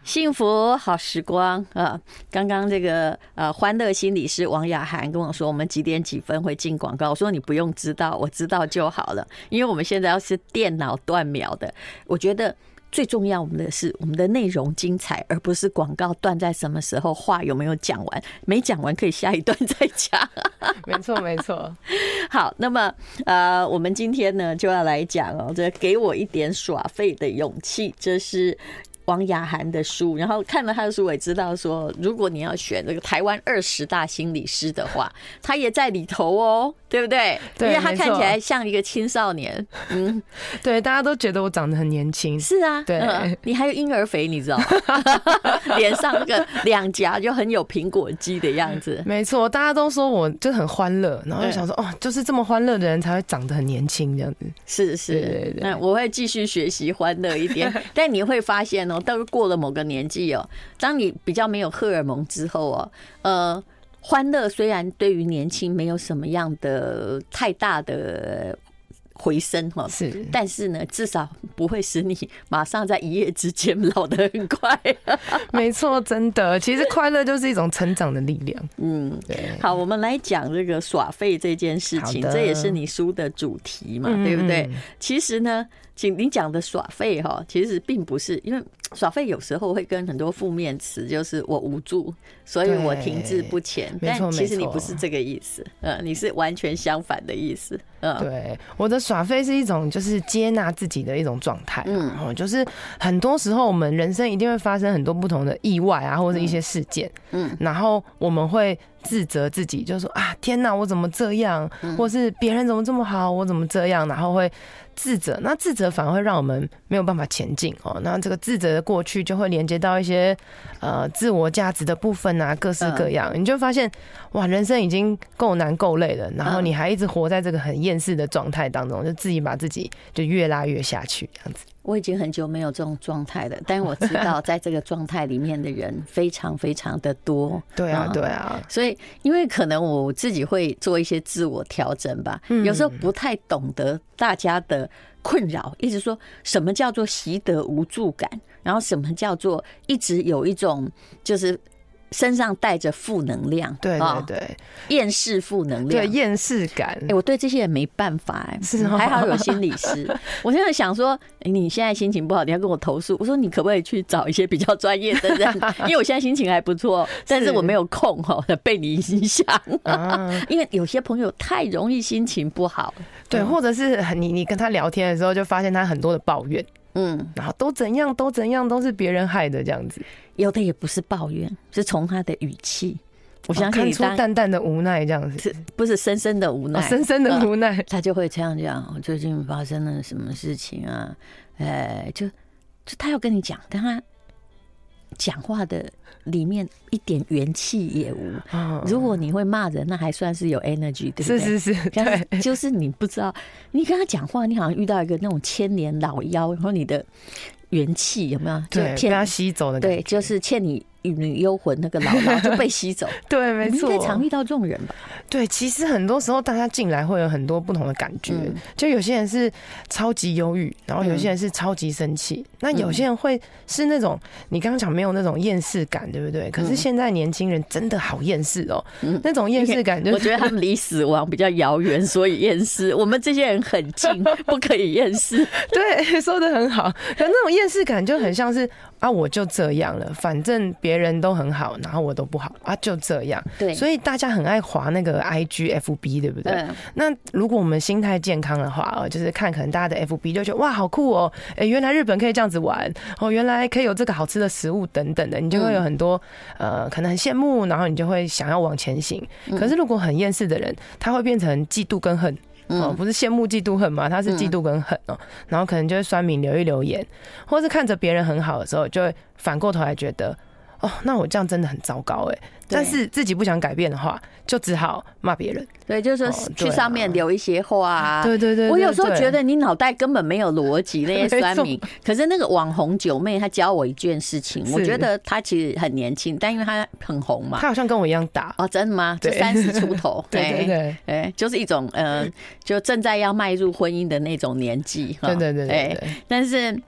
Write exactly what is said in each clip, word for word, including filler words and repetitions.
幸福好时光啊！刚刚这个呃，欢乐心理师王雅涵跟我说，我们几点几分会进广告。我说你不用知道，我知道就好了，因为我们现在要是电脑断秒的，我觉得。最重要，我们的是我们的内容精彩，而不是广告断在什么时候，话有没有讲完，没讲完可以下一段再讲。 没错，没错。 好，那么呃，我们今天呢就要来讲哦，这给我一点耍废的勇气，这是王雅涵的书，然后看了他的书，我也知道说，如果你要选这个台湾二十大心理师的话，他也在里头哦，对不对？ 对， 因为他看起来像一个青少年，嗯， 对，大家都觉得我长得很年轻。 是啊， 对， 嗯、你还有婴儿肥，你知道吗？脸上那个两颊就很有苹果肌的样子。 没错，大家都说我就很欢乐，然后就想说，哦，就是这么欢乐的人才会长得很年轻这样子。 是是，对对对，那我会继续学习欢乐一点，但你会发现哦。都过了某个年纪哦，当你比较没有荷尔蒙之后哦，呃，欢乐虽然对于年轻没有什么样的太大的回升哈， 是， 但是呢，至少不会使你马上在一夜之间老得很快。 没错，真的，其实快乐就是一种成长的力量。嗯，对。 好，我们来讲这个耍废这件事情，这也是你书的主题嘛，对不对？其实呢。请你讲的耍废哈，其实并不是，因为耍废有时候会跟很多负面词，就是我无助，所以我停滞不前。但其实你不是这个意思，呃，你是完全相反的意思。嗯， 对，我的耍废是一种就是接纳自己的一种状态。嗯，就是很多时候我们人生一定会发生很多不同的意外啊，或者一些事件。嗯，然后我们会自责自己，就说啊，天哪，我怎么这样？或是别人怎么这么好，我怎么这样？然后会。自责，那自责反而会让我们没有办法前进哦。那这个自责的过去就会连接到一些呃自我价值的部分啊，各式各样，你就发现哇，人生已经够难够累了，然后你还一直活在这个很厌世的状态当中，就自己把自己就越拉越下去这样子。 我已经很久没有这种状态了，但我知道在这个状态里面的人非常非常的多。 对啊，对啊。 所以，因为可能我自己会做一些自我调整吧，有时候不太懂得大家的困扰，一直说什么叫做习得无助感，然后什么叫做一直有一种就是身上带着负能量， 对对对， 厌世负能量， 对厌世感。 哎、欸，我对这些人没办法哎、欸，是还好有心理师。我现在想说，欸、你现在心情不好，你要跟我投诉，我说你可不可以去找一些比较专业的人？因为我现在心情还不错，但是我没有空哈，被你影响。啊、因为有些朋友太容易心情不好， 对，或者是你你跟他聊天的时候，就发现他很多的抱怨。嗯，然后都怎样都怎样都是别人害的这样子， 有的也不是抱怨，是从他的语气，我相信你看出淡淡的无奈这样子， 是不是深深的无奈？ 深深的无奈， 他就会这样讲。最近发生了什么事情啊？呃，就就他要跟你讲，但他讲话的里面一点元气也无。如果你会骂人，那还算是有 energy， 对不对？ 是是是，对， 就是你不知道，你跟他讲话，你好像遇到一个那种千年老妖，然后你的元气有没有？ 对，被他吸走的感觉。 对，就是欠你女幽魂那个姥姥就被吸走。 对，没错。 你应该常遇到这种人吧？ 对，其实很多时候大家进来会有很多不同的感觉，嗯、就有些人是超级忧郁，然后有些人是超级生气，嗯、那有些人会是那种你刚刚讲没有那种厌世感，对不对？可是现在年轻人真的好厌世哦，嗯、那种厌世感、就是， 我觉得他们离死亡比较遥远，所以厌世。我们这些人很近，不可以厌世。 对，说得很好。可那种厌世感就很像是啊，我就这样了，反正别人都很好，然后我都不好啊，就这样。对，所以大家很爱滑那个 I G F B， 对不对？嗯、那如果我们心态健康的话，就是看可能大家的 F B 就觉得哇，好酷哦！哎、欸，原来日本可以这样子玩哦，原来可以有这个好吃的食物等等的，你就会有很多、嗯、呃，可能很羡慕，然后你就会想要往前行。可是如果很厌世的人，他会变成嫉妒跟恨。哦，不是羡慕嫉妒恨嘛，他是嫉妒跟恨哦，然后可能就会酸民留一留言，或是看着别人很好的时候，就会反过头来觉得，哦，那我这样真的很糟糕哎。但是自己不想改变的话，就只好骂别人。 对，就是去上面留一些话啊。 对对 对, 對， 我有时候觉得你脑袋根本没有逻辑，那些酸民。可是那个网红九妹，她教我一件事情，我觉得她其实很年轻，但因为她很红嘛， 她好像跟我一样大哦，真的吗？就三十出头。 对对对， 哎，就是一种呃，就正在要迈入婚姻的那种年纪。 对对对对。 但是。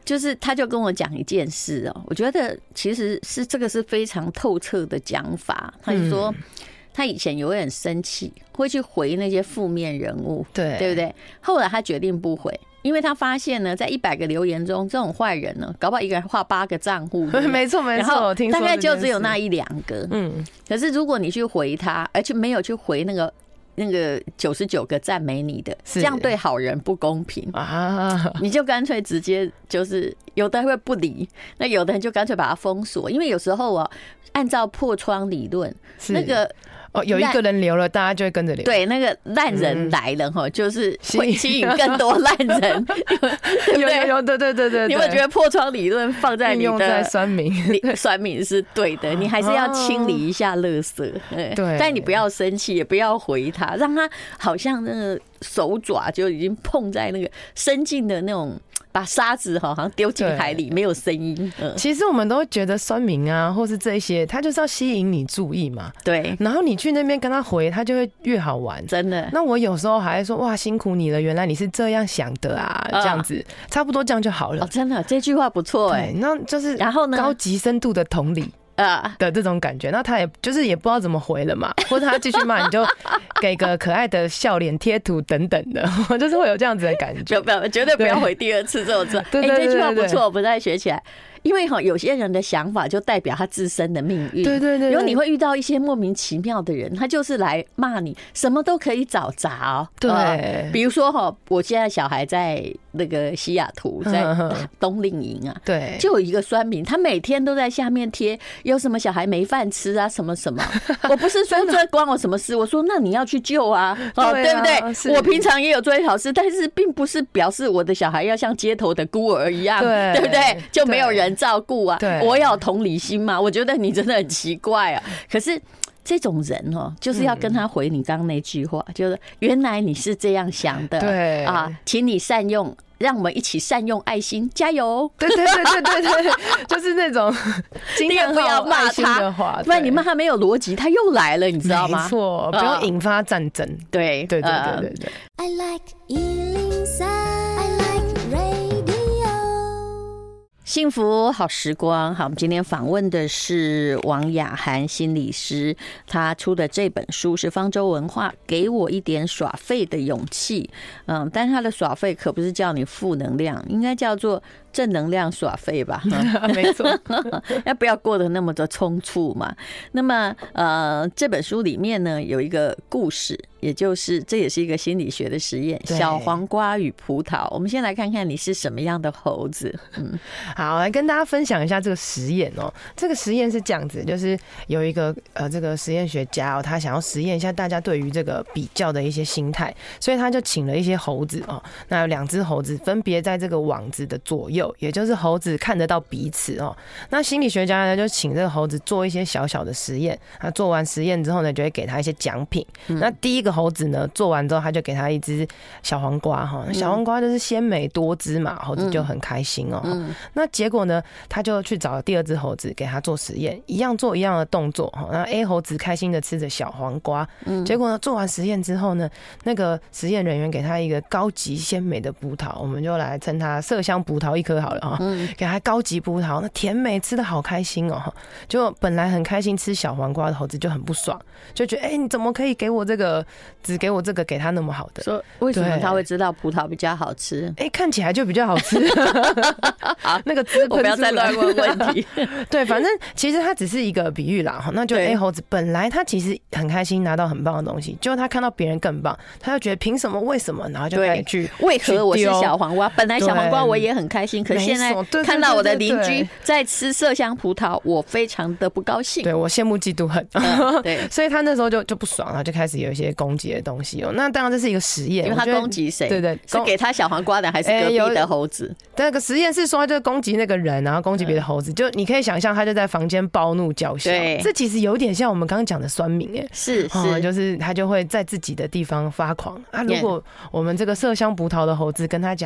就是他就跟我讲一件事哦，我觉得其实是这个是非常透彻的讲法。他就说他以前有点生气，会去回那些负面人物，对对不对？后来他决定不回。因为他发现呢，在一百个留言中，这种坏人呢，搞不好一个人画八个账户， 没错没错， 然后大概就只有那一两个。嗯，可是如果你去回他，而且没有去回那个那个九十九个赞美你的，这样对好人不公平啊！你就干脆直接就是有的会不理，那有的人就干脆把它封锁，因为有时候啊，按照破窗理论，那个。 哦，有一个人留了，大家就会跟着留。 对，那个烂人来了哈，就是会吸引更多烂人，对不对？ 有有对对对对。 你有没有觉得破窗理论放在你的酸民， 酸民是对的？你还是要清理一下垃圾，对。但你不要生气，也不要回他，让他好像那个手爪就已经碰在那个深进的那种。把沙子好像丢进海里，没有声音。嗯， 其实我们都会觉得酸民啊，或是这一些，他就是要吸引你注意嘛。 对， 然后你去那边跟他回，他就会越好玩。 真的。 那我有时候还会说，哇，辛苦你了，原来你是这样想的啊，这样子，差不多这样就好了。 哦，真的，这句话不错哎。 那就是然后呢，高级深度的同理。啊的这种感觉，那他也就是也不知道怎么回了嘛，或者他继续骂你就给个可爱的笑脸贴图等等的，我就是会有这样子的感觉， 就不要绝对不要回第二次这种字。哎，这句话不错，我不再学起来。因为哈，有些人的想法就代表他自身的命运。 对对对， 然后你会遇到一些莫名其妙的人，他就是来骂你，什么都可以找茬哦。 对、 呃，比如说哈，我现在小孩在那个西雅图，在冬令营啊， 对， 就有一个酸民，他每天都在下面贴有什么小孩没饭吃啊，什么什么。我不是说这关我什么事，我说那你要去救啊，哦，对不对？我平常也有做一些好事，但是并不是表示我的小孩要像街头的孤儿一样，对，对不对？就没有人照顾啊，我要有同理心嘛。我觉得你真的很奇怪啊。可是这种人哦，就是要跟他回你刚刚那句话，就是原来你是这样想的， 对啊，请你善用。让我们一起善用爱心，加油！ 对对对对对对，就是那种尽量不要骂他，不然你骂他没有逻辑，他又来了，你知道吗？ 没错，不用引发战争。 对对对对对对。I like 一零三 I like radio。 幸福好时光，好，我们今天访问的是王雅涵心理师，他出的这本书是方舟文化《给我一点耍废的勇气》。嗯，但是他的耍废可不是叫你负能量，应该叫做正能量耍废吧？ 没错， 要不要过得那么的匆促嘛？那么，呃，这本书里面呢有一个故事，也就是这也是一个心理学的实验，小黄瓜与葡萄。我们先来看看你是什么样的猴子。嗯， 好，来跟大家分享一下这个实验哦。这个实验是这样子，就是有一个呃这个实验学家哦，他想要实验一下大家对于这个比较的一些心态，所以他就请了一些猴子哦，那有两只猴子分别在这个网子的左右。也就是猴子看得到彼此哦。那心理学家呢，就请这个猴子做一些小小的实验。那做完实验之后呢，就会给他一些奖品。嗯、那第一个猴子呢，做完之后，他就给他一只小黄瓜哈。小黄瓜就是鲜美多汁嘛，猴子就很开心哦。嗯、那结果呢，他就去找第二只猴子给他做实验，一样做一样的动作哈。那 A 猴子开心的吃着小黄瓜，嗯、结果呢，做完实验之后呢，那个实验人员给他一个高级鲜美的葡萄，我们就来称它麝香葡萄一颗好了哈，嗯、给他高级葡萄，那甜美吃的好开心哦。就本来很开心吃小黄瓜的猴子就很不爽，就觉得哎、欸，你怎么可以给我这个，只给我这个，给他那么好的？ 说为什么他会知道葡萄比较好吃？ 哎、欸，看起来就比较好吃。好，那个汁我不要再乱问问题。 对，反正其实它只是一个比喻啦。那就 A 猴子本来他其实很开心拿到很棒的东西，结果他看到别人更棒，他就觉得凭什么？为什么？然后就开始去为何我是小黄瓜？本来小黄瓜我也很开心，可是现在看到我的邻居在吃麝香葡萄，我非常的不高兴。 对，我羡慕嫉妒恨。嗯、对，所以他那时候就就不爽了，就开始有一些攻击的东西哦。那当然这是一个实验， 因为他攻击谁？对对，是给他小黄瓜的还是隔壁的猴子？ 欸、那个实验是说，就攻击那个人，然后攻击别的猴子。嗯、就你可以想象，他就在房间暴怒叫嚣。对，这其实有点像我们刚刚讲的酸民，哎， 是是、 嗯，就是他就会在自己的地方发狂啊。如果我们这个麝香葡萄的猴子跟他讲。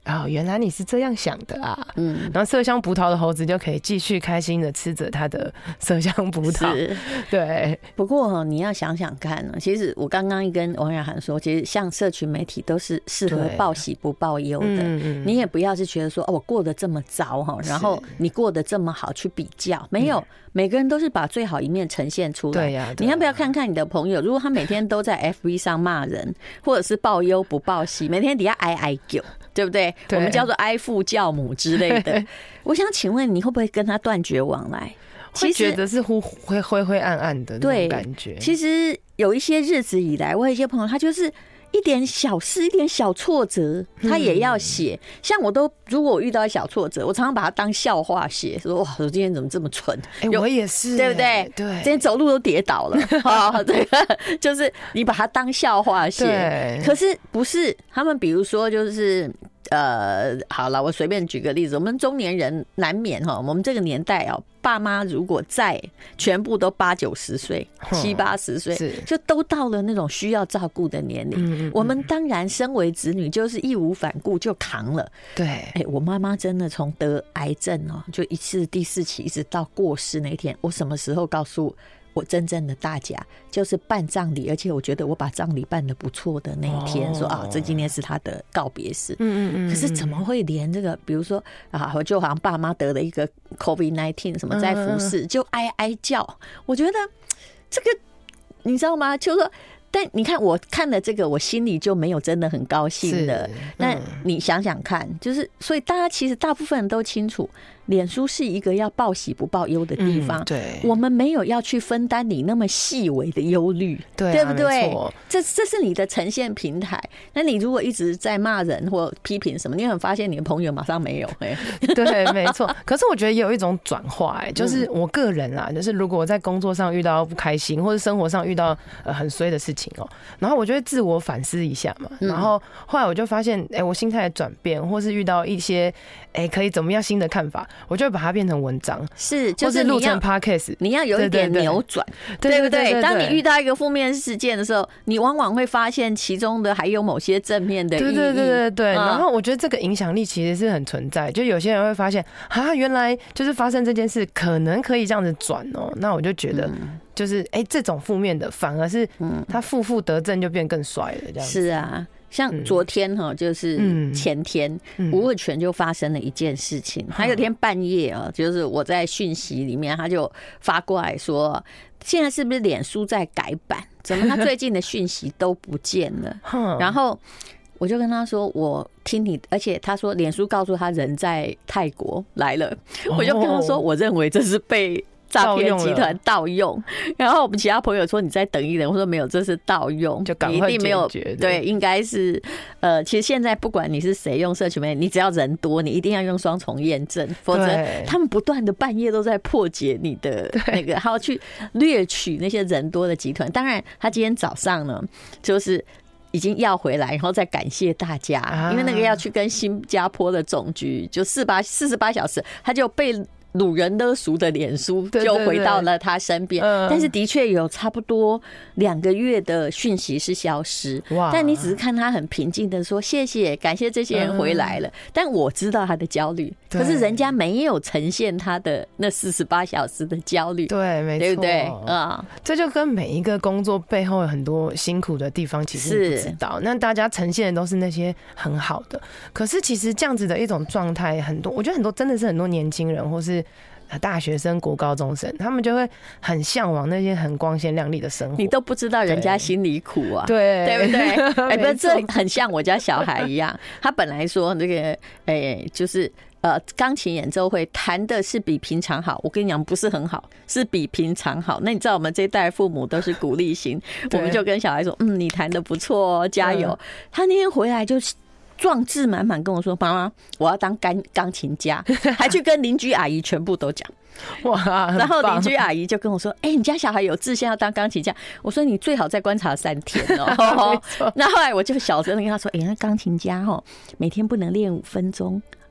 哦，原来你是这样想的啊，嗯，然后麝香葡萄的猴子就可以继续开心的吃着它的麝香葡萄，对。 不过你要想想看呢，其实我刚刚跟王雅涵说，其实像社群媒体都是适合报喜不报忧的，嗯、你也不要是觉得说哦，我过得这么糟哈，然后你过得这么好去比较，没有。嗯，每个人都是把最好一面呈现出来。 对呀、啊， 你要不要看看你的朋友？如果他每天都在 F B 上骂人，或者是报忧不报喜，每天底下哀哀叫，对不对？对，我们叫做哀父教母之类的。我想请问，你会不会跟他断绝往来？ 其实觉得是灰灰灰灰暗暗的那种感觉。 其实有一些日子以来，我有一些朋友，他就是一点小事、一点小挫折，他也要写。嗯、像我都，如果我遇到小挫折，我常常把它当笑话写，说哇，我今天怎么这么蠢？ 哎、欸，我也是， 对不对？ 对， 今天走路都跌倒了。好，这个就是你把它当笑话写。可是不是他们，比如说就是。呃，好了，我随便举个例子，我们中年人难免哈，我们这个年代哦，爸妈如果在，全部都八九十岁、七八十岁，就都到了那种需要照顾的年龄。嗯嗯嗯，我们当然身为子女，就是义无反顾就扛了。 对， 哎、欸，我妈妈真的从得癌症哦，就一次第四期，一直到过世那天，我什么时候告诉我真正的大家，就是办葬礼，而且我觉得我把葬礼办得不错的那一天，哦、说啊，这今天是他的告别式。嗯嗯嗯。可是怎么会连这个，比如说啊，我就好像爸妈得了一个 COVID 十九 什么在服侍，嗯、就哀哀叫。我觉得这个你知道吗？就是说。但你看，我看了这个，我心里就没有真的很高兴的。那、嗯、你想想看，就是所以大家其实大部分人都清楚，脸书是一个要报喜不报忧的地方。嗯、对，我们没有要去分担你那么细微的忧虑，对、啊，对不对？这这是你的呈现平台。那你如果一直在骂人或批评什么，你很发现你的朋友马上没有。哎， 对，没错。可是我觉得也有一种转化，哎，就是我个人啦，就是如果我在工作上遇到不开心，或者生活上遇到呃很衰的事情。然后我就会自我反思一下嘛，然后后来我就发现，哎、欸，我心态的转变，或是遇到一些，哎、欸，可以怎么样新的看法，我就会把它变成文章， 是，就是录成 podcast， 你要有一点扭转，对不对？当你遇到一个负面事件的时候，你往往会发现其中的还有某些正面的意义，对对对对对。然后我觉得这个影响力其实是很存在，就有些人会发现，啊，原来就是发生这件事，可能可以这样子转哦，那我就觉得。嗯就是哎、欸，这种负面的反而是他负负得正就变更帅了，这样子。 是啊，像昨天哈，就是前天吴尔全就发生了一件事情。他有天半夜啊，就是我在讯息里面，他就发过来说，现在是不是脸书在改版？怎么他最近的讯息都不见了？然后我就跟他说，我听你，而且他说脸书告诉他人在泰国来了，我就跟他说，我认为这是被。诈骗集团盗用，然后我们其他朋友说你再等一等，我说没有，这是盗用， 就赶快一定没有对，应该是呃，其实现在不管你是谁用社群媒体，你只要人多，你一定要用双重验证，否则他们不断的半夜都在破解你的那个，还要去掠取那些人多的集团。当然，他今天早上呢，就是已经要回来，然后再感谢大家，因为那个要去跟新加坡的总局，就四八四十八小时，他就被。掳人勒赎的脸书就回到了他身边，但是的确有差不多两个月的讯息是消失。但你只是看他很平静的说谢谢，感谢这些人回来了。但我知道他的焦虑，可是人家没有呈现他的那四十八小时的焦虑。 对，没错， 对不对啊？ 这就跟每一个工作背后有很多辛苦的地方，其实你不知道。那大家呈现的都是那些很好的，可是其实这样子的一种状态，很多我觉得很多真的是很多年轻人或是。大学生、国高中生，他们就会很向往那些很光鲜亮丽的生活。 你都不知道人家心里苦啊， 对对不对？哎、欸，不是，这很像我家小孩一样。他本来说那个，哎、欸，就是呃，钢琴演奏会弹的是比平常好。我跟你讲，不是很好，是比平常好。那你知道我们这一代父母都是鼓励型，我们就跟小孩说，嗯，你弹的不错哦，加油。他那天回来就。壮志满满跟我说：“妈妈，我要当钢钢琴家。”还去跟邻居阿姨全部都讲。哇！然后邻居阿姨就跟我说：“哎、欸，你家小孩有志向要当钢琴家。”我说：“你最好再观察三天哦。”那后来我就小声的跟他说：“哎、欸，那钢琴家哦，每天不能练五分钟。”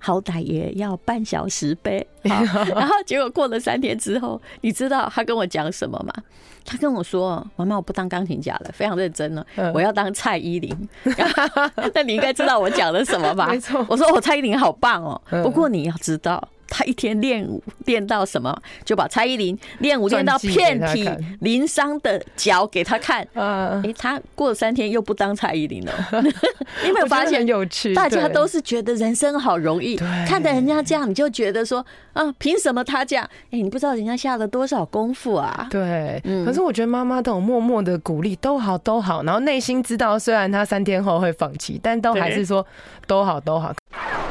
好歹也要半小时呗。然后结果过了三天之后，你知道他跟我讲什么吗？他跟我说：“妈妈，我不当钢琴家了，非常认真了，我要当蔡依林。”那你应该知道我讲的什么吧？ 没错， 我说我蔡依林好棒哦，不过你要知道。他一天练舞练到什么，就把蔡依林练舞练到遍体鳞伤的脚给他看。哎、欸，他过了三天又不当蔡依林了。你有没有发现？ 有趣， 大家都是觉得人生好容易，看着人家这样，你就觉得说啊，凭什么他这样？哎、欸，你不知道人家下了多少功夫啊。 对，嗯、可是我觉得妈妈都有默默的鼓励，都好都好，然后内心知道，虽然他三天后会放弃，但都还是说都好都好。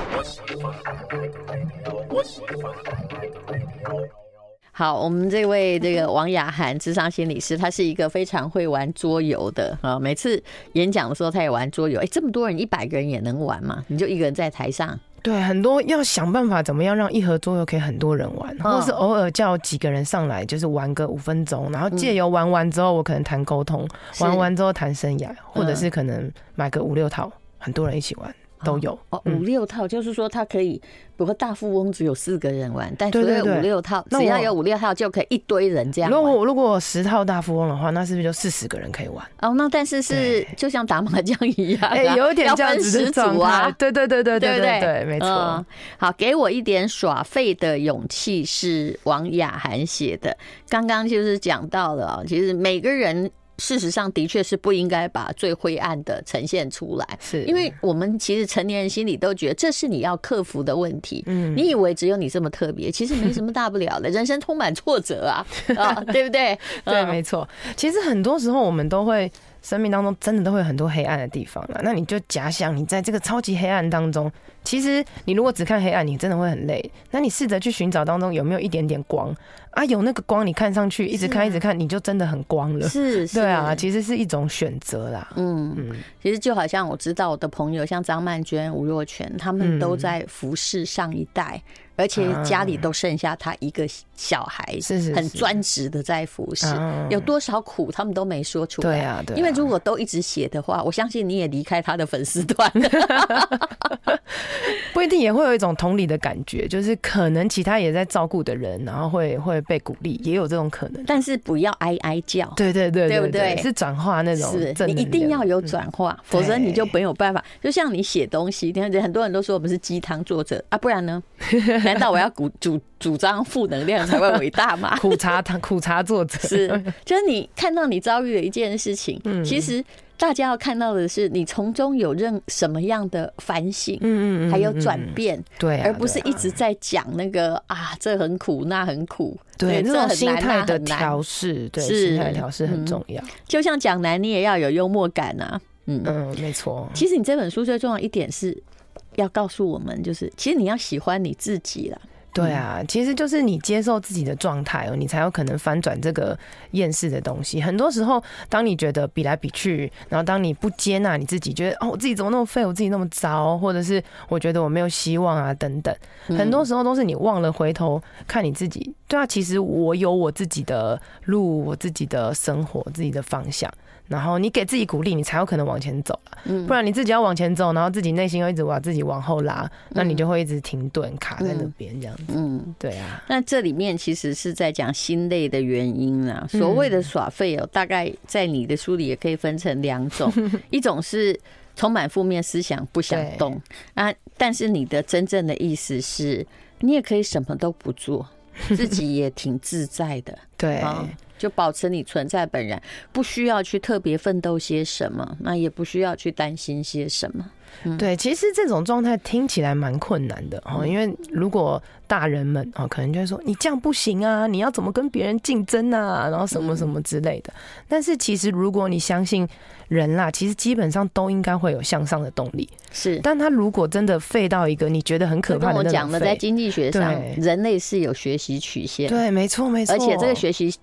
好，我们这位这个王雅涵諮商心理师，他是一个非常会玩桌游的啊。每次演讲的时候，他也玩桌游。哎、欸，这么多人，一百个人也能玩嘛？你就一个人在台上。 对，很多要想办法怎么样让一盒桌游可以很多人玩，或是偶尔叫几个人上来，就是玩个五分钟，然后借由玩完之后，我可能谈沟通，玩完之后谈生涯，或者是可能买个五六套，很多人一起玩。都有哦，五六套，就是说他可以，比如说大富翁只有四个人玩，但所有五六套，只要有五六套就可以一堆人这样玩。 如果如果十套大富翁的话，那是不是就四十个人可以玩？ 哦，那但是是就像打麻将一样、啊， 哎、欸，有一点这样子的状态。对对对对对对对，没错、嗯。 好，给我一点耍废的勇气是王雅涵写的。刚刚就是讲到了，其实每个人。事实上，的确是不应该把最灰暗的呈现出来，是因为我们其实成年人心里都觉得这是你要克服的问题。嗯，你以为只有你这么特别，其实没什么大不了的，人生充满挫折啊，啊，对不对？ 对，没错。其实很多时候我们都会。生命当中真的都会有很多黑暗的地方啦，那你就假想你在这个超级黑暗当中，其实你如果只看黑暗，你真的会很累。那你试着去寻找当中有没有一点点光啊？有那个光，你看上去一直看一直看，你就真的很光了。是，是对啊，其实是一种选择啦。嗯嗯，其实就好像我知道我的朋友，像张曼娟、吴若权，他们都在服侍上一代。而且家里都剩下他一个小孩，很专职的在服侍，有多少苦他们都没说出来。对啊，对啊，因为如果都一直写的话，我相信你也离开他的粉丝团了。 不一定，也会有一种同理的感觉，就是可能其他也在照顾的人，然后会会被鼓励，也有这种可能。 但是不要哀哀叫， 对对对， 对不对？ 是转化那种正能量， 你一定要有转化，嗯、否则你就没有办法。就像你写东西，很多人都说我们是鸡汤作者啊，不然呢？难道我要主主张负能量才会伟大吗？ 苦茶苦茶作者是，就是你看到你遭遇的一件事情，嗯、其实大家要看到的是你从中有任什么样的反省，嗯嗯，还有转变，对、啊，而不是一直在讲那个啊，这很苦，那很苦， 对，这种心态的调试，对，心态调试很重要。嗯、 就像讲难，你也要有幽默感啊， 嗯嗯，没错。 其实你这本书最重要一点是要告诉我们，就是其实你要喜欢你自己啦。 对啊，其实就是你接受自己的状态哦，你才有可能翻转这个厌世的东西。很多时候，当你觉得比来比去，然后当你不接纳你自己，觉得哦我自己怎么那么废，我自己那么糟，或者是我觉得我没有希望啊等等，很多时候都是你忘了回头看你自己。对啊，其实我有我自己的路，我自己的生活，自己的方向。然后你给自己鼓励，你才有可能往前走了。嗯，不然你自己要往前走，然后自己内心又一直把自己往后拉，那你就会一直停顿卡在那边这样子。嗯，对啊。 那这里面其实是在讲心累的原因啦。所谓的耍废哦，大概在你的书里也可以分成两种，一种是充满负面思想不想动啊，但是你的真正的意思是，你也可以什么都不做，自己也挺自在的。 对。啊， 就保持你存在本然，不需要去特别奋斗些什么，那也不需要去担心些什么。 嗯、对，其实这种状态听起来蛮困难的哦，因为如果大人们哦，可能就会说你这样不行啊，你要怎么跟别人竞争啊，然后什么什么之类的。但是其实如果你相信人啦，其实基本上都应该会有向上的动力。是，但他如果真的废到一个你觉得很可怕的那种废， 跟我讲的，在经济学上，人类是有学习曲线。 对，没错没错。 而且这个学习曲线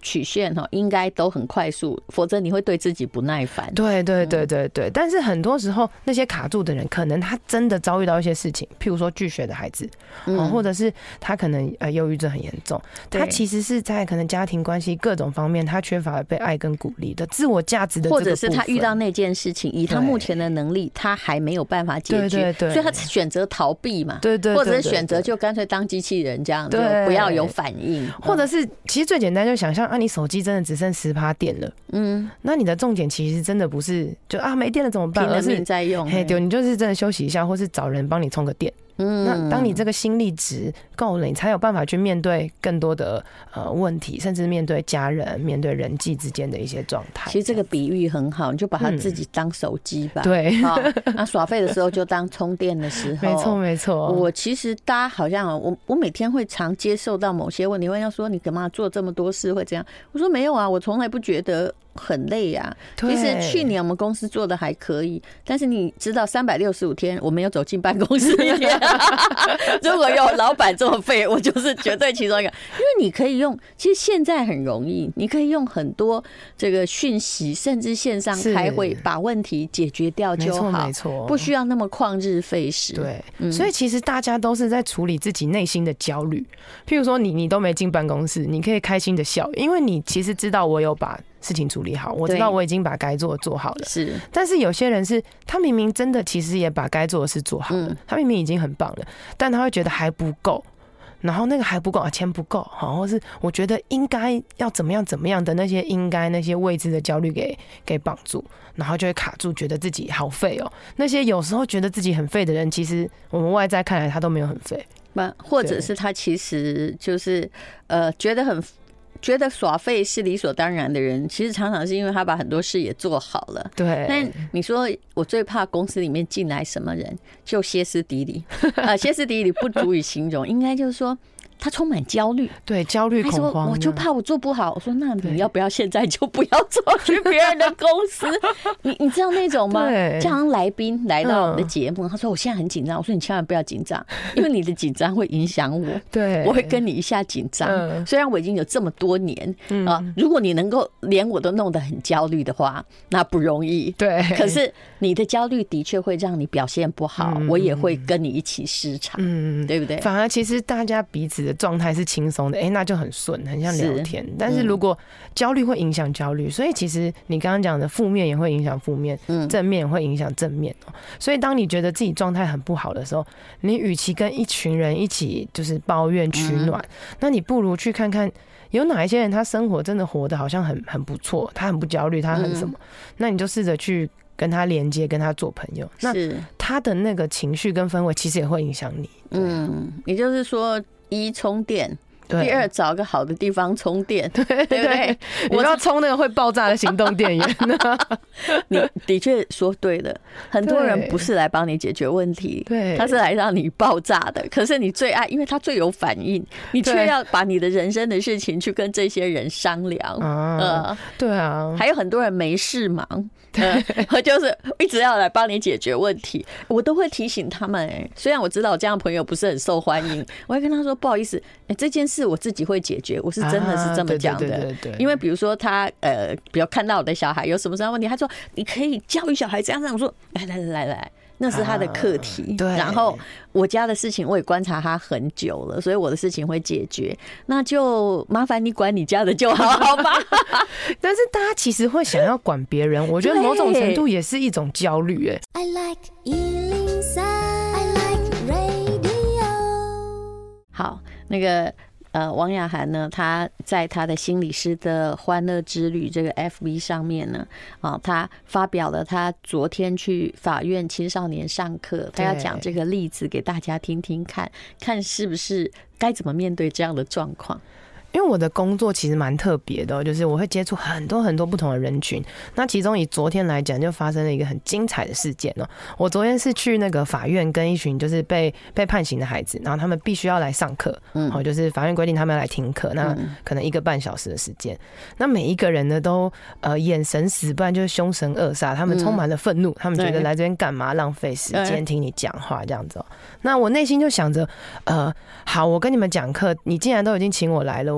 现哈，应该都很快速，否则你会对自己不耐烦。 对对对对对。嗯、但是很多时候那些卡住的人，可能他真的遭遇到一些事情，譬如说拒学的孩子，嗯、或者是他可能呃忧郁症很严重，他其实是在可能家庭关系各种方面，他缺乏了被爱跟鼓励的自我价值的这个部分， 或者是他遇到那件事情，以他目前的能力，他还没有办法解决，对对对，所以他选择逃避嘛，对 对, 对, 对, 对, 对，或者是选择就干脆当机器人这样，就不要有反应， 或者是其实最简单就想象啊，你手机真的只剩十趴电了，嗯，那你的重点其实真的不是就啊没电了怎么办， 而是在用， 嘿，对，你就是真的休息一下，或是找人帮你充个电。嗯，那当你这个心力值够了，你才有办法去面对更多的呃问题，甚至面对家人、面对人际之间的一些状态。 其实这个比喻很好，你就把它自己当手机吧。 嗯、对， 那耍废的时候就当充电的时候。 没错，没错。 我其实大家好像我我每天会常接受到某些问题，问要说你干嘛做这么多事会这样？我说没有啊，我从来不觉得很累啊。其实去年我们公司做的还可以，但是你知道三百六十五天我没有走进办公室一天。如果有老板这么废，我就是绝对其中一个。因为你可以用，其实现在很容易，你可以用很多这个讯息，甚至线上开会，把问题解决掉就好， 没错， 不需要那么旷日费时。 对，嗯、所以其实大家都是在处理自己内心的焦虑。譬如说你，你都没进办公室，你可以开心的笑，因为你其实知道我有把事情处理好，我知道我已经把该做的做好了。是，但是有些人是他明明真的其实也把该做的事做好了，嗯、他明明已经很棒了，但他会觉得还不够，然后那个还不够啊，钱不够，好，或是我觉得应该要怎么样怎么样的那些应该那些未知的焦虑给给绑住，然后就会卡住，觉得自己好废哦。那些有时候觉得自己很废的人，其实我们外在看来他都没有很废， 或者是他其实就是呃觉得很。觉得耍废是理所当然的人，其实常常是因为他把很多事也做好了。对。但你说我最怕公司里面进来什么人，就歇斯底里。呃，歇斯底里不足以形容，应该就是说他充满焦虑，对，焦虑恐慌。我就怕我做不好。我说那你要不要现在就不要走去别人的公司？你你知道那种吗？就好像来宾来到我们的节目，他说我现在很紧张。我说你千万不要紧张，因为你的紧张会影响我。对，我会跟你一下紧张。虽然我已经有这么多年啊，如果你能够连我都弄得很焦虑的话，那不容易。对，可是你的焦虑的确会让你表现不好，我也会跟你一起失常，嗯，对不对？ 反而其实大家彼此的状态是轻松的，哎、欸，那就很顺，很像聊天。是，但是如果焦虑会影响焦虑，所以其实你刚刚讲的负面也会影响负面，正面也会影响正面哦。所以当你觉得自己状态很不好的时候，你与其跟一群人一起就是抱怨取暖，嗯、那你不如去看看有哪一些人他生活真的活得好像很很不错，他很不焦虑，他很什么，嗯、那你就试着去跟他连接，跟他做朋友。那他的那个情绪跟氛围其实也会影响你。嗯， 也就是说。一充电，第二找个好的地方充电，对对对，你不要充那个会爆炸的行动电源。 你的确说对了，很多人不是来帮你解决问题，对，他是来让你爆炸的。可是你最爱，因为他最有反应，你却要把你的人生的事情去跟这些人商量。呃， 对啊， 还有很多人没事忙。呃，就是一直要来帮你解决问题，我都会提醒他们、欸。虽然我知道我这样的朋友不是很受欢迎，我会跟他说不好意思，哎、欸，这件事我自己会解决，我是真的是这么讲的。啊、对对对对，因为比如说他呃，比如看到我的小孩有什么什么问题，他说你可以教育小孩这样这样，我说来来来来来。那是他的课题，啊、对。然后我家的事情我也观察他很久了，所以我的事情会解决。那就麻烦你管你家的就好，好吧？ 但是大家其实会想要管别人，我觉得某种程度也是一种焦虑。哎 I like 一零三 I like radio。 好，那个。呃，王雅涵呢，他在他的心理师的欢乐之旅这个 F B 上面呢，啊，他发表了他昨天去法院青少年上课，他要讲这个例子给大家听听看，看是不是该怎么面对这样的状况。 因为我的工作其实蛮特别的、喔，就是我会接触很多很多不同的人群。那其中以昨天来讲，就发生了一个很精彩的事件哦、喔。我昨天是去那个法院跟一群就是被被判刑的孩子，然后他们必须要来上课，嗯，好，就是法院规定他们要来听课，那可能一个半小时的时间。那每一个人呢都呃眼神死，不然就是凶神恶煞，他们充满了愤怒，他们觉得来这边干嘛，浪费时间听你讲话这样子、喔。那我内心就想着，呃，好，我跟你们讲课，你既然都已经请我来了。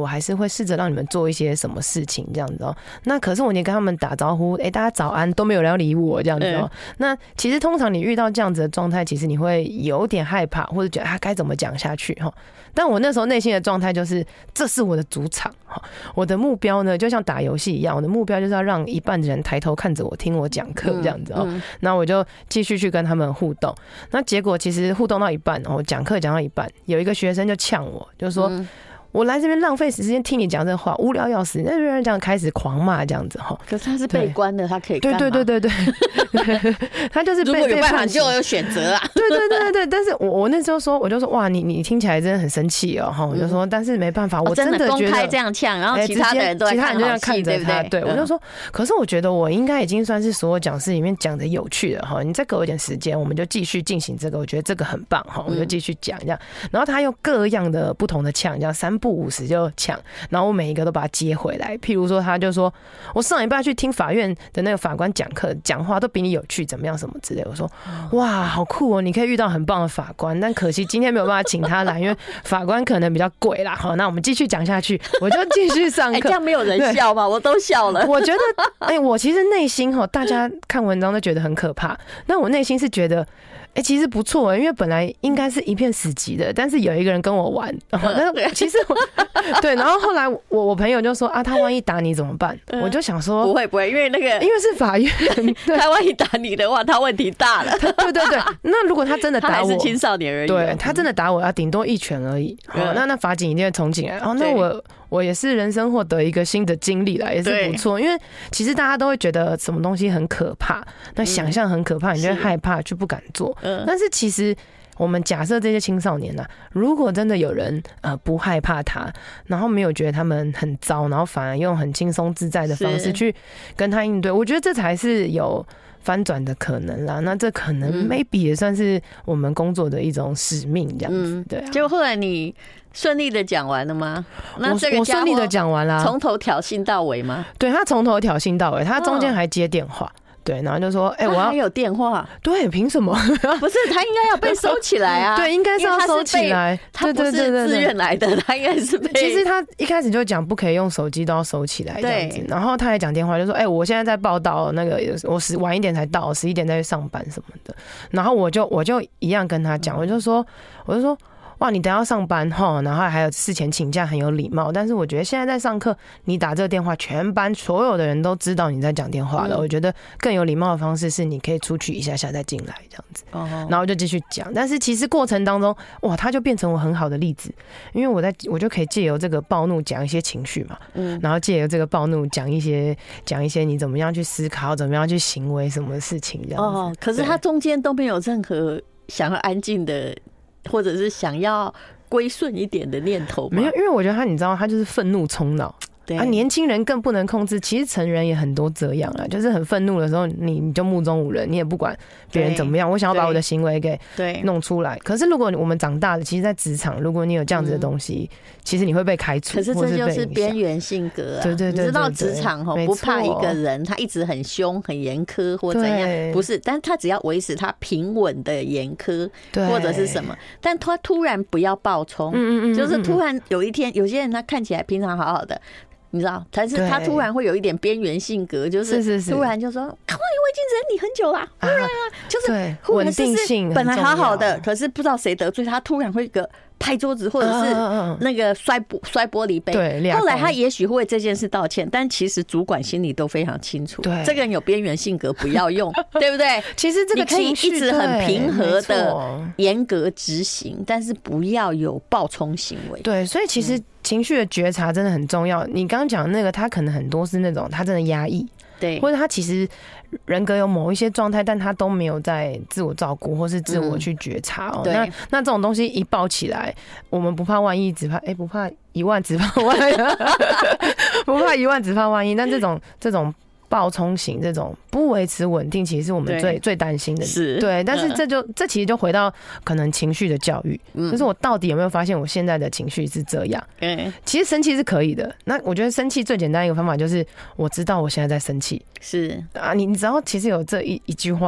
我还是会试着让你们做一些什么事情这样子哦。那可是我连跟他们打招呼，哎、欸，大家早安都没有人要理我这样子哦。那其实通常你遇到这样子的状态，其实你会有点害怕，或者觉得他该怎么讲下去哈。但我那时候内心的状态就是，这是我的主场哈，我的目标呢就像打游戏一样，我的目标就是要让一半的人抬头看着我，听我讲课这样子哦。那我就继续去跟他们互动。那结果其实互动到一半，我讲课讲到一半，有一个学生就呛我，就说。嗯我来这边浪费时间听你讲这话，无聊要死。那边这样开始狂骂这样子哈。 可是他是被关的，他可以干嘛？ 对对对对对，他就是被如果有办法就有选择啊。 对对对对对，但是我我那时候说，我就说哇，你你听起来真的很生气哦哈。我就说，但是没办法，我真的觉得、 哦、公开这样呛，然后其他的人都在看好戏，对不对？ 对，我就说，可是我觉得我应该已经算是所有讲师里面讲的有趣的哈。你再给我一点时间，我们就继续进行这个，我觉得这个很棒哈，我就继续讲这样。然后他用各样的不同的呛，这样三不五时就。抢，然后我每一个都把它接回来。譬如说，他就说：“我上礼拜去听法院的那个法官讲课，讲话都比你有趣，怎么样什么之类。”我说：“哇，好酷哦！你可以遇到很棒的法官，但可惜今天没有办法请他来，因为法官可能比较贵啦。”好，那我们继续讲下去，我就继续上课。 欸、这样没有人笑吧？我都笑了。 我觉得，哎、欸，我其实内心哈，大家看文章都觉得很可怕，那我内心是觉得。哎、欸，其实不错，因为本来应该是一片死寂的，但是有一个人跟我玩，但是其实我对，然后后来我我朋友就说啊，他万一打你怎么办？嗯、我就想说不会不会，因为那个因为是法院， 他万一打你的话，他问题大了。 对对对，那如果他真的打我， 他还是青少年而已， 对他真的打我，要顶多一拳而已。好、嗯，那那法警一定会冲进来，哦，那我。我也是人生获得一个新的经历啦，也是不错。因为其实大家都会觉得什么东西很可怕，那想象很可怕，你就会害怕，就不敢做。但是其实我们假设这些青少年啊，如果真的有人呃不害怕他，然后没有觉得他们很糟，然后反而用很轻松自在的方式去跟他应对，我觉得这才是有翻转的可能啦。那这可能 maybe 也算是我们工作的一种使命，这样子。对啊。 结果后来你顺利的讲完了吗？那这个我顺利的讲完啦， 从头挑衅到尾吗？ 对，他从头挑衅到尾，他中间还接电话。对，然后就说：“哎、欸，我要还有电话。” 对，凭什么？ 不是他应该要被收起来啊？ 对，应该是要收起来。 他不是自愿来的，他应该是被。 其实他一开始就讲不可以用手机，都要收起来这样子。然后他还讲电话，就说：“哎、欸，我现在在报道，那个我十晚一点才到，十一点再去上班什么的。”然后我就我就一样跟他讲，我就说，我就说。哇，你等一下上班哈，然后还有事前请假很有礼貌，但是我觉得现在在上课，你打这个电话，全班所有的人都知道你在讲电话了。嗯、我觉得更有礼貌的方式是，你可以出去一下下再进来这样子，哦、然后就继续讲。但是其实过程当中，哇，他就变成我很好的例子，因为我在我就可以借由这个暴怒讲一些情绪嘛，嗯，然后借由这个暴怒讲一些讲一些你怎么样去思考，怎么样去行为什么事情这样子。哦， 可是他中间都没有任何想要安静的。或者是想要归顺一点的念头吗？ 没有，因为我觉得他，你知道，他就是愤怒冲脑。啊，年轻人更不能控制。其实成人也很多这样啊，就是很愤怒的时候，你你就目中无人，你也不管别人怎么样。我想要把我的行为给弄出来。可是如果我们长大了，其实，在职场，如果你有这样子的东西，嗯、其实你会被开除。 可是这就是边缘性格啊。 对对 对, 对, 对, 对， 你知道职场哈不怕一个人，他一直很凶、很严苛或怎样，不是，但是他只要维持他平稳的严苛或者是什么，但他突然不要暴冲，嗯嗯嗯，就是突然有一天，有些人他看起来平常好好的。你知道，但是他突然会有一点边缘性格，就是突然就说：“看，我已经忍你很久了。”突然啊，就是稳定性， 本来好好的，可是不知道谁得罪他，突然会一个拍桌子，或者是那个摔玻摔玻璃杯。对，后来他也许会为这件事道歉，但其实主管心里都非常清楚，对这个人有边缘性格，不要用，对不对？ 其实这个你可以一直很平和的严格执行，但是不要有暴冲行为。 对，所以其实。情绪的觉察真的很重要。你刚刚讲的那个，他可能很多是那种他真的压抑，对，或者他其实人格有某一些状态，但他都没有在自我照顾或是自我去觉察哦。嗯、那那这种东西一爆起来，我们不怕万一，只怕哎、欸、不怕一万，只怕万一，不怕一万，只怕万一。但这种这种。暴冲型这种不维持稳定，其实是我们最最担心的。是，对，但是这就这其实就回到可能情绪的教育，嗯、就是我到底有没有发现我现在的情绪是这样？嗯，其实生气是可以的。那我觉得生气最简单一个方法就是我知道我现在在生气。是啊，你只要其实有这一一句话。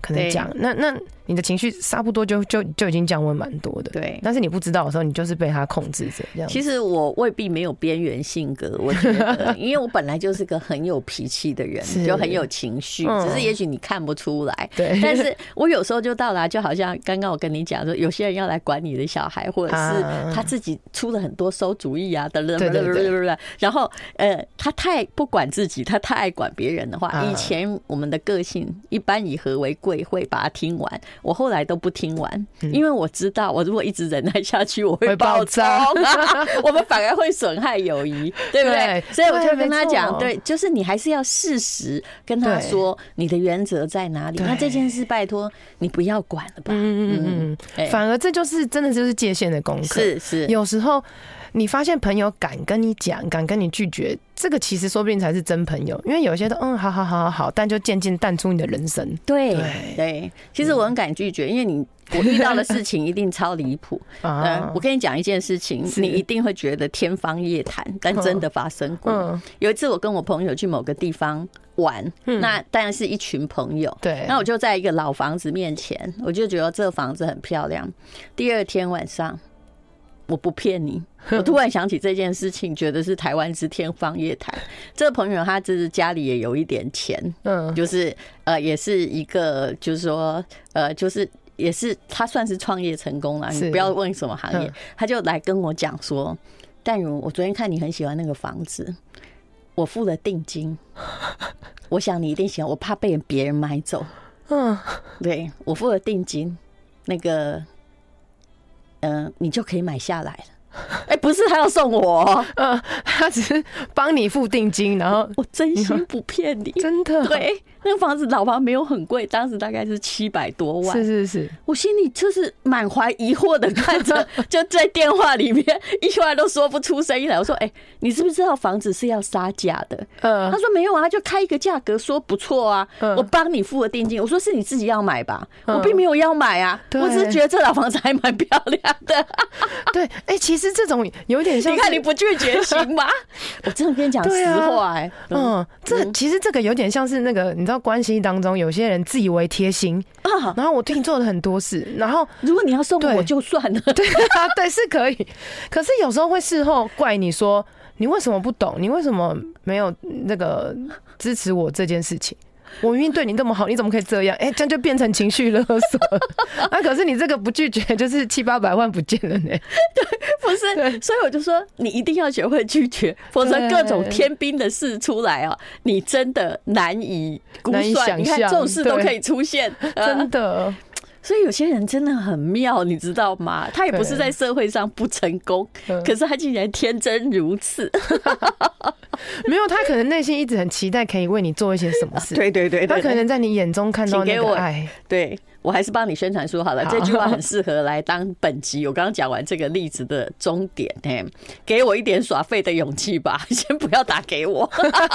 可能讲那那你的情绪差不多就就就已经降温蛮多的。 对， 但是你不知道的时候，你就是被他控制着这样。 其实我未必没有边缘性格，我觉得，因为我本来就是个很有脾气的人，就很有情绪，嗯、只是也许你看不出来。 对， 但是我有时候就到达，就好像刚刚我跟你讲说，有些人要来管你的小孩，或者是他自己出了很多馊主意啊，等等等等，然后呃，他太不管自己，他太爱管别人的话，啊、以前我们的个性一般以和为贵，会把它听完。我后来都不听完，嗯、因为我知道，我如果一直忍耐下去，我会爆冲，我们反而会损害友谊，对不对？所以我就跟他讲，对，就是你还是要适时跟他说你的原则在哪里。那这件事拜托你不要管了吧。 嗯嗯嗯，反而这就是真的就是界限的功课。 是是， 有时候你发现朋友敢跟你讲，敢跟你拒绝，这个其实说不定才是真朋友。因为有些都嗯好好好好好，但就渐渐淡出你的人生。 对 对, 对，其实我很敢拒绝，因为你我遇到的事情一定超离谱。嗯，我跟你讲一件事情，你一定会觉得天方夜谭，但真的发生过。嗯、有一次我跟我朋友去某个地方玩，嗯、那当然是一群朋友。 对， 那我就在一个老房子面前，我就觉得这个房子很漂亮。第二天晚上，我不骗你，我突然想起这件事情，觉得是台湾之天方夜谭。这个朋友他就是家里也有一点钱，嗯，就是呃，也是一个就是说呃，就是也是他算是创业成功了。你不要问什么行业，他就来跟我讲说，淡如，我昨天看你很喜欢那个房子，我付了定金，我想你一定喜欢，我怕被别人买走。嗯，对，我付了定金，那个。嗯、呃，你就可以买下来了。哎、欸，不是他要送我、喔， 嗯，他只是帮你付定金，然后我真心不骗你， 真的， 对，那个房子老房没有很贵，当时大概是七百多万， 是是是， 我心里就是满怀疑惑的看着，就在电话里面一句话都说不出声音来。我说：“哎、欸，你知不知道房子是要杀价的？”嗯，他说没有啊，他就开一个价格说不错啊，嗯、我帮你付了定金。我说是你自己要买吧，嗯、我并没有要买啊，我只是觉得这老房子还蛮漂亮的。 对，哎、欸，其实。其实这种有点像， 你看你不拒绝行吗？我真的跟你讲实话、欸，哎、啊， 嗯，这其实这个有点像是那个，你知道关系当中有些人自以为贴心啊，然后我对你做了很多事，然后如果你要送我就算了， 对啊，对是可以，可是有时候会事后怪你说你为什么不懂，你为什么没有那个支持我这件事情。我明明对你这么好，你怎么可以这样？哎、欸，这样就变成情绪勒索。啊，可是你这个不拒绝，就是七八百万不见了呢。 对，不是，所以我就说，你一定要学会拒绝，否则各种天兵的事出来啊，你真的难以估算。你看这种事都可以出现， 真的。 所以有些人真的很妙，你知道吗？他也不是在社会上不成功，可是他竟然天真如此。 没有，他可能内心一直很期待可以为你做一些什么事。 对对 对, 對， 他可能在你眼中看到那个爱。 对，我还是帮你宣传说好了，这句话很适合来当本集我刚刚讲完这个例子的终点。给我一点耍废的勇气吧，先不要打给我。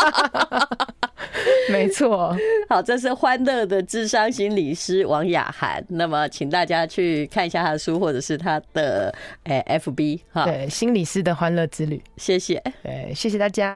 没错， 好，这是欢乐的諮商心理師王雅涵。那麼，請大家去看一下他的書，或者是他的 F B 哈。 對，心理師的歡樂之旅。 謝謝， 對，謝謝大家。